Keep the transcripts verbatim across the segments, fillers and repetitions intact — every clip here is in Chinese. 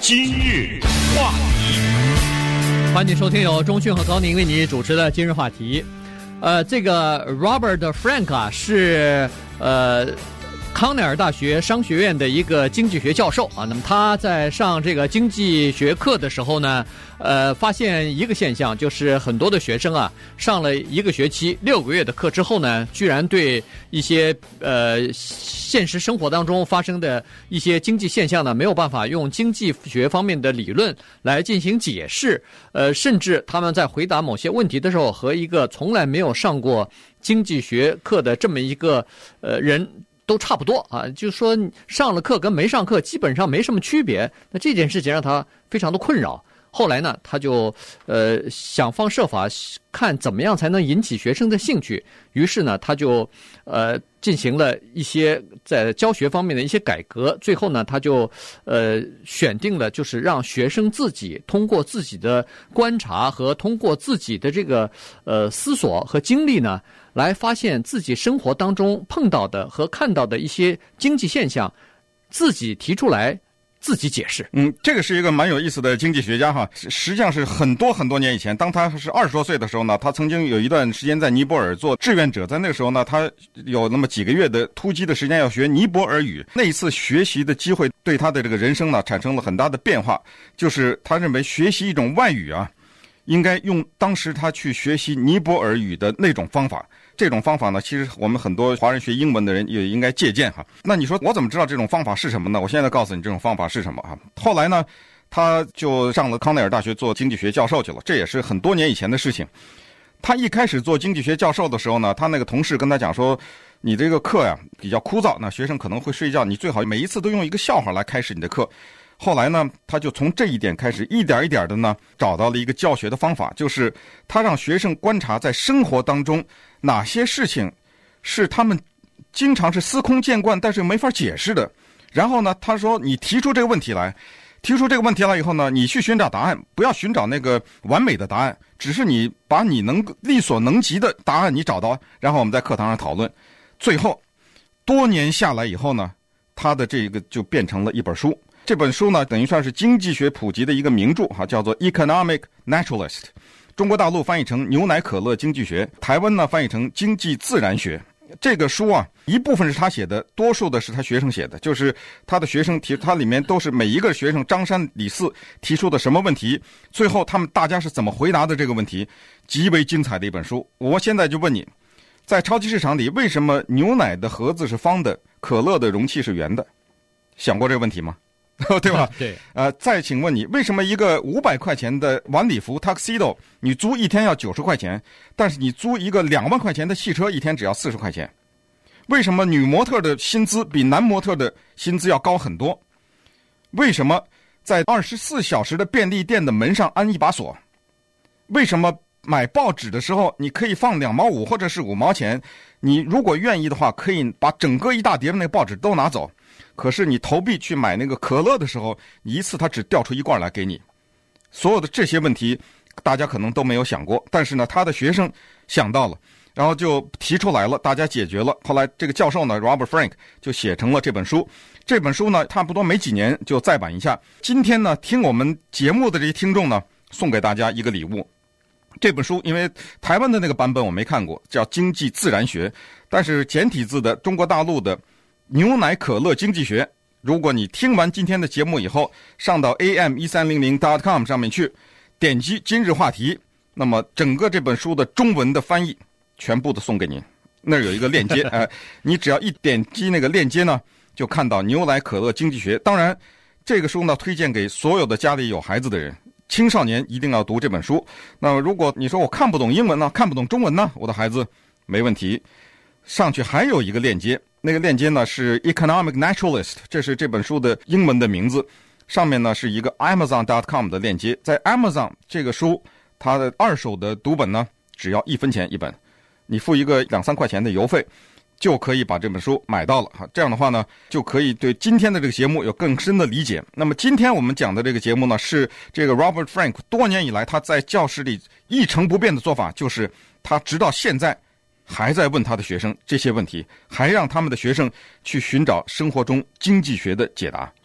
今日话题， 欢迎收听由钟迅和高宁为你主持的今日话题。呃，这个 Robert Frank 啊，是呃康奈尔大学商学院的一个经济学教授啊。那么他在上这个经济学课的时候呢，呃，发现一个现象，就是很多的学生啊，上了一个学期六个月的课之后呢，居然对一些呃现实生活当中发生的一些经济现象呢，没有办法用经济学方面的理论来进行解释。呃，甚至他们在回答某些问题的时候，和一个从来没有上过经济学课的这么一个呃人都差不多啊，就是说上了课跟没上课基本上没什么区别。那这件事情让他非常的困扰。后来呢，他就呃想方设法看怎么样才能引起学生的兴趣。于是呢，他就呃进行了一些在教学方面的一些改革。最后呢，他就呃选定了就是让学生自己通过自己的观察和通过自己的这个呃思索和经历呢，来发现自己生活当中碰到的和看到的一些经济现象，自己提出来自己解释。 嗯，这个是一个蛮有意思的经济学家哈。实际上是很多很多年以前，当他是二十多岁的时候呢，他曾经有一段时间在尼泊尔做志愿者。在那个时候呢，他有那么几个月的突击的时间要学尼泊尔语。那一次学习的机会对他的这个人生呢产生了很大的变化，就是他认为学习一种外语啊，应该用当时他去学习尼泊尔语的那种方法。这种方法呢，其实我们很多华人学英文的人也应该借鉴哈。那你说我怎么知道这种方法是什么呢？我现在告诉你这种方法是什么啊。后来呢，他就上了康奈尔大学做经济学教授去了，这也是很多年以前的事情。他一开始做经济学教授的时候呢，他那个同事跟他讲说，你这个课呀比较枯燥，那学生可能会睡觉，你最好每一次都用一个笑话来开始你的课。后来呢，他就从这一点开始，一点一点的呢，找到了一个教学的方法，就是他让学生观察在生活当中哪些事情是他们经常是司空见惯，但是没法解释的。然后呢，他说你提出这个问题来，提出这个问题来以后呢，你去寻找答案，不要寻找那个完美的答案，只是你把你能力所能及的答案你找到，然后我们在课堂上讨论。最后，多年下来以后呢，他的这个就变成了一本书。这本书呢，等于算是经济学普及的一个名著哈，叫做 Economic Naturalist， 中国大陆翻译成牛奶可乐经济学，台湾呢翻译成经济自然学。这个书啊，一部分是他写的，多数的是他学生写的，就是他的学生提，他里面都是每一个学生张三李四提出的什么问题，最后他们大家是怎么回答的这个问题，极为精彩的一本书。我现在就问你，在超级市场里，为什么牛奶的盒子是方的，可乐的容器是圆的？想过这个问题吗？对吧？ 对。 呃，再请问你，为什么一个五百块钱的晚礼服 tuxedo， 你租一天要九十块钱，但是你租一个两万块钱的汽车一天只要四十块钱？为什么女模特的薪资比男模特的薪资要高很多？为什么在二十四小时的便利店的门上安一把锁？为什么买报纸的时候你可以放两毛五或者是五毛钱？你如果愿意的话，可以把整个一大叠的那个报纸都拿走。可是你投币去买那个可乐的时候，一次他只调出一罐来给你。所有的这些问题大家可能都没有想过，但是呢他的学生想到了，然后就提出来了，大家解决了。后来这个教授呢 Robert Frank 就写成了这本书。这本书呢差不多没几年就再版一下。今天呢听我们节目的这些听众呢，送给大家一个礼物。这本书因为台湾的那个版本我没看过，叫经济自然学，但是简体字的中国大陆的牛奶可乐经济学，如果你听完今天的节目以后，上到 A M 一三零零 点 com 上面去，点击今日话题，那么整个这本书的中文的翻译全部的送给您。那儿有一个链接，呃，你只要一点击那个链接呢，就看到牛奶可乐经济学。当然，这个书呢推荐给所有的家里有孩子的人，青少年一定要读这本书。那么如果你说我看不懂英文呢，看不懂中文呢，我的孩子没问题，上去还有一个链接。那个链接呢是 Economic Naturalist， 这是这本书的英文的名字。上面呢是一个 Amazon 点 com 的链接，在 Amazon 这个书它的二手的读本呢只要一分钱一本，你付一个两三块钱的邮费就可以把这本书买到了哈。这样的话呢，就可以对今天的这个节目有更深的理解。那么今天我们讲的这个节目呢，是这个 Robert Frank 多年以来他在教室里一成不变的做法，就是他直到现在还在问他的学生这些问题，还让他们的学生去寻找生活中经济学的解答。 对，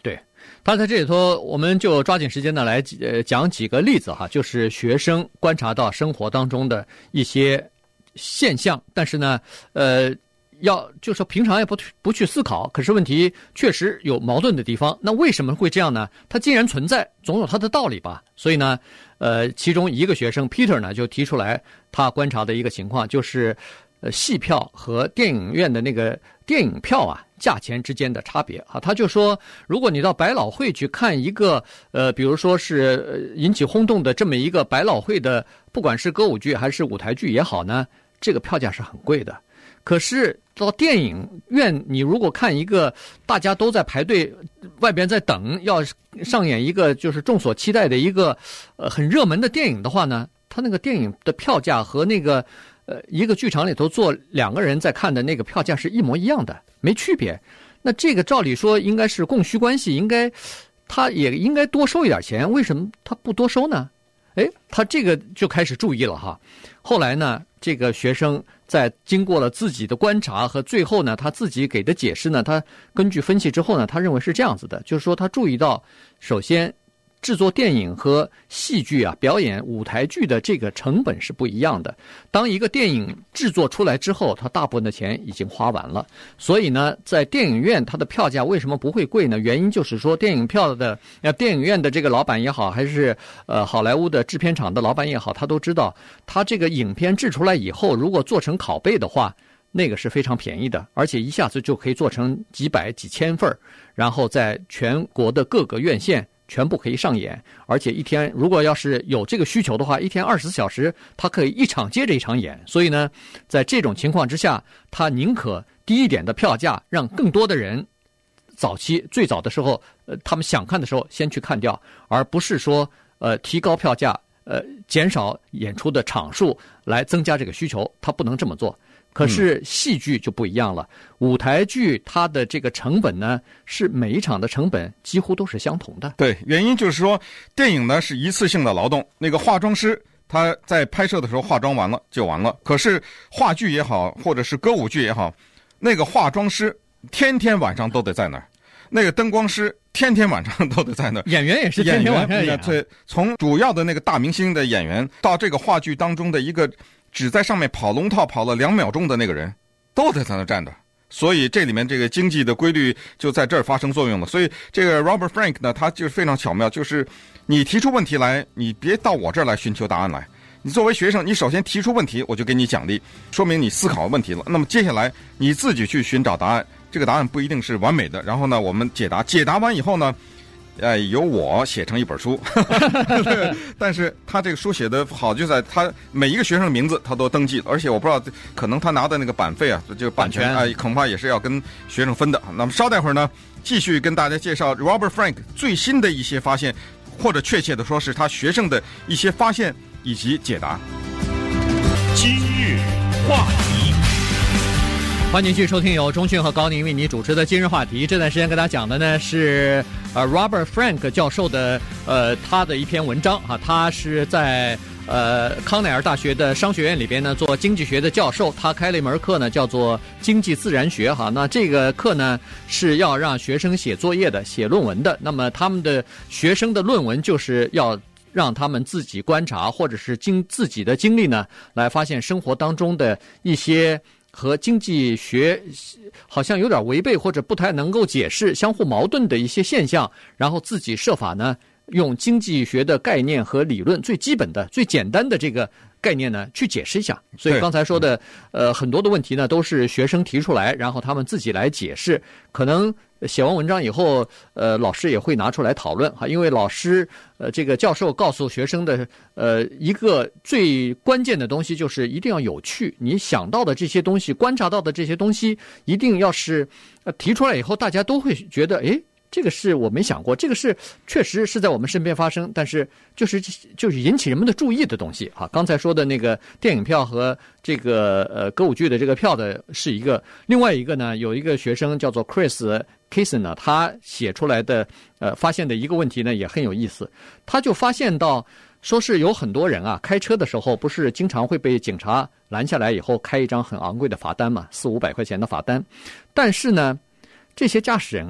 他在这里头，我们就抓紧时间呢来呃讲几个例子哈，就是学生观察到生活当中的一些现象，但是呢，呃，要就说平常也不不去思考，可是问题确实有矛盾的地方。那为什么会这样呢？它既然存在，总有它的道理吧。所以呢，呃，其中一个学生 Peter 呢就提出来，他观察的一个情况就是，呃，戏票和电影院的那个电影票啊。价钱之间的差别啊，他就说，如果你到百老汇去看一个呃，比如说是引起轰动的这么一个百老汇的，不管是歌舞剧还是舞台剧也好呢，这个票价是很贵的。可是到电影院，你如果看一个大家都在排队，外边在等要上演一个就是众所期待的一个呃很热门的电影的话呢，他那个电影的票价和那个呃一个剧场里头坐两个人在看的那个票价是一模一样的。没区别，那这个照理说应该是供需关系，应该他也应该多收一点钱，为什么他不多收呢？哎，他这个就开始注意了哈。后来呢，这个学生在经过了自己的观察和最后呢他自己给的解释呢，他根据分析之后呢，他认为是这样子的，就是说他注意到，首先制作电影和戏剧啊，表演舞台剧的这个成本是不一样的。当一个电影制作出来之后，它大部分的钱已经花完了，所以呢，在电影院它的票价为什么不会贵呢？原因就是说，电影票的呃电影院的这个老板也好，还是呃好莱坞的制片厂的老板也好，他都知道，他这个影片制出来以后，如果做成拷贝的话，那个是非常便宜的，而且一下子就可以做成几百几千份，然后在全国的各个院线全部可以上演，而且一天如果要是有这个需求的话，一天二十四小时，他可以一场接着一场演。所以呢，在这种情况之下，他宁可低一点的票价，让更多的人早期最早的时候，呃，他们想看的时候先去看掉，而不是说呃提高票价，呃减少演出的场数来增加这个需求，他不能这么做。可是戏剧就不一样了，舞台剧它的这个成本呢，是每一场的成本几乎都是相同的。 对，原因就是说，电影呢是一次性的劳动，那个化妆师他在拍摄的时候化妆完了就完了。可是话剧也好，或者是歌舞剧也好，那个化妆师天天晚上都得在那儿，那个灯光师天天晚上都得在那儿， 演员也是天天晚上演、啊。 对，从主要的那个大明星的演员到这个话剧当中的一个只在上面跑龙套跑了两秒钟的那个人，都得在那站着。所以这里面这个经济的规律就在这儿发生作用了。所以这个 Robert Frank 呢，他就是非常巧妙，就是你提出问题来，你别到我这儿来寻求答案来。你作为学生，你首先提出问题，我就给你奖励，说明你思考问题了。那么接下来你自己去寻找答案，这个答案不一定是完美的。然后呢，我们解答，解答完以后呢，呃，由我写成一本书。但是他这个书写的好，就在他每一个学生的名字他都登记了，而且我不知道，可能他拿的那个版费啊，这个版权啊、呃，恐怕也是要跟学生分的。那么稍待会儿呢，继续跟大家介绍 Robert Frank 最新的一些发现，或者确切的说是他学生的一些发现以及解答。 今日话题。 欢迎继续收听由钟迅和高宁为你主持的今日话题。这段时间跟大家讲的呢是呃 Robert Frank 教授的呃他的一篇文章啊，他是在呃康奈尔大学的商学院里边呢做经济学的教授，他开了一门课呢叫做经济自然学哈。那这个课呢是要让学生写作业的，写论文的。那么他们的学生的论文就是要让他们自己观察，或者是经自己的经历呢来发现生活当中的一些和经济学好像有点违背或者不太能够解释、相互矛盾的一些现象，然后自己设法呢用经济学的概念和理论最基本的、最简单的这个概念呢去解释一下。所以刚才说的呃很多的问题呢都是学生提出来，然后他们自己来解释。可能写完文章以后，呃，老师也会拿出来讨论哈，因为老师，呃，这个教授告诉学生的，呃，一个最关键的东西就是一定要有趣。你想到的这些东西，观察到的这些东西，一定要是，呃，提出来以后，大家都会觉得，诶，这个是我没想过，这个是确实是在我们身边发生，但是就是就是引起人们的注意的东西啊。刚才说的那个电影票和这个呃歌舞剧的这个票的是一个，另外一个呢，有一个学生叫做 Chris Kaysen 呢，他写出来的呃发现的一个问题呢也很有意思，他就发现到说是有很多人啊开车的时候不是经常会被警察拦下来以后开一张很昂贵的罚单嘛，四五百块钱的罚单，但是呢这些驾驶人啊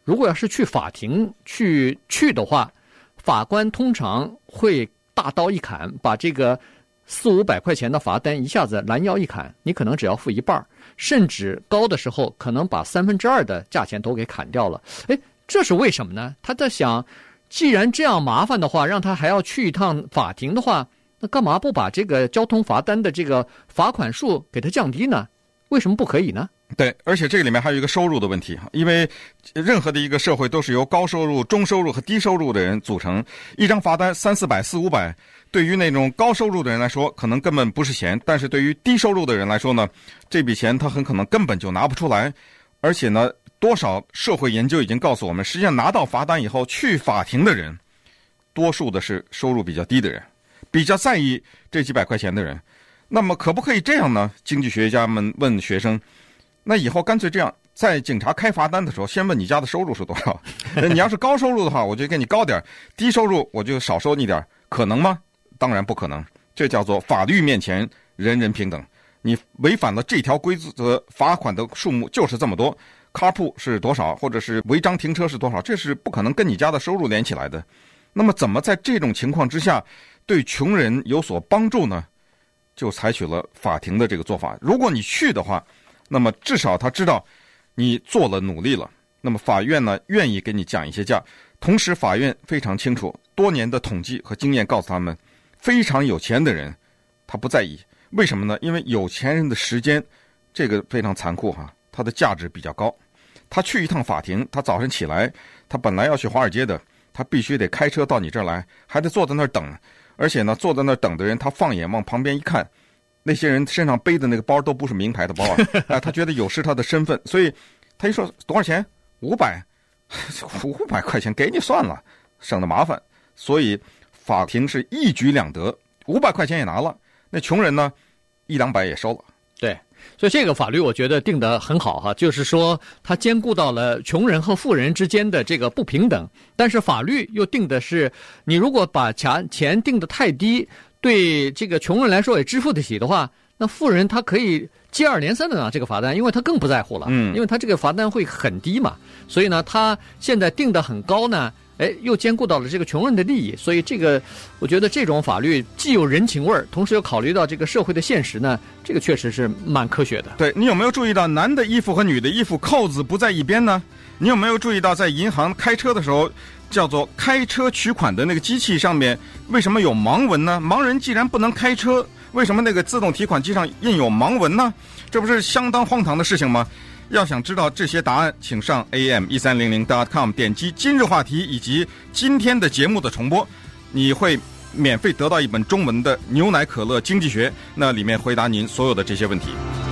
如果要是去法庭去去的话，法官通常会大刀一砍，把这个四五百块钱的罚单一下子拦腰一砍，你可能只要付一半，甚至高的时候可能把三分之二的价钱都给砍掉了。哎，这是为什么呢？他在想，既然这样麻烦的话，让他还要去一趟法庭的话，那干嘛不把这个交通罚单的这个罚款数给它降低呢？为什么不可以呢？ 对，而且这里面还有一个收入的问题，因为任何的一个社会都是由高收入、中收入和低收入的人组成。一张罚单三四百、四五百，对于那种高收入的人来说，可能根本不是钱；但是对于低收入的人来说呢，这笔钱他很可能根本就拿不出来。而且呢，多少社会研究已经告诉我们，实际上拿到罚单以后去法庭的人，多数的是收入比较低的人，比较在意这几百块钱的人。那么可不可以这样呢？经济学家们问学生，那以后干脆这样，在警察开罚单的时候，先问你家的收入是多少。你要是高收入的话，我就给你高点；低收入我就少收你点，可能吗？当然不可能。这叫做法律面前人人平等。你违反了这条规则，罚款的数目就是这么多。carpool 是多少，或者是违章停车是多少，这是不可能跟你家的收入连起来的。那么怎么在这种情况之下对穷人有所帮助呢？就采取了法庭的这个做法。如果你去的话，那么至少他知道你做了努力了，那么法院呢愿意给你讲一些价。同时法院非常清楚，多年的统计和经验告诉他们，非常有钱的人他不在意。为什么呢？因为有钱人的时间，这个非常残酷哈，它的价值比较高。他去一趟法庭，他早晨起来，他本来要去华尔街的，他必须得开车到你这儿来，还得坐在那儿等。而且呢，坐在那儿等的人，他放眼往旁边一看，那些人身上背的那个包都不是名牌的包啊，啊，他觉得有失他的身份，所以他一说多少钱，五百，五百块钱给你算了，省得麻烦。所以法庭是一举两得，五百块钱也拿了，那穷人呢，一两百也收了。 对，所以这个法律我觉得定得很好哈，就是说它兼顾到了穷人和富人之间的这个不平等，但是法律又定的是，你如果把钱钱定得太低，对这个穷人来说也支付得起的话，那富人他可以接二连三的拿这个罚单，因为他更不在乎了，嗯，因为他这个罚单会很低嘛，所以呢，他现在定得很高呢。哎，又兼顾到了这个穷人的利益，所以这个我觉得这种法律既有人情味儿，同时又考虑到这个社会的现实呢，这个确实是蛮科学的。 对，你有没有注意到男的衣服和女的衣服扣子不在一边呢？你有没有注意到在银行开车的时候，叫做开车取款的那个机器上面为什么有盲文呢？盲人既然不能开车，为什么那个自动提款机上印有盲文呢？这不是相当荒唐的事情吗？要想知道这些答案，请上 a m 一三零零 dot com 点击今日话题以及今天的节目的重播，你会免费得到一本中文的《牛奶可乐经济学》，那里面回答您所有的这些问题。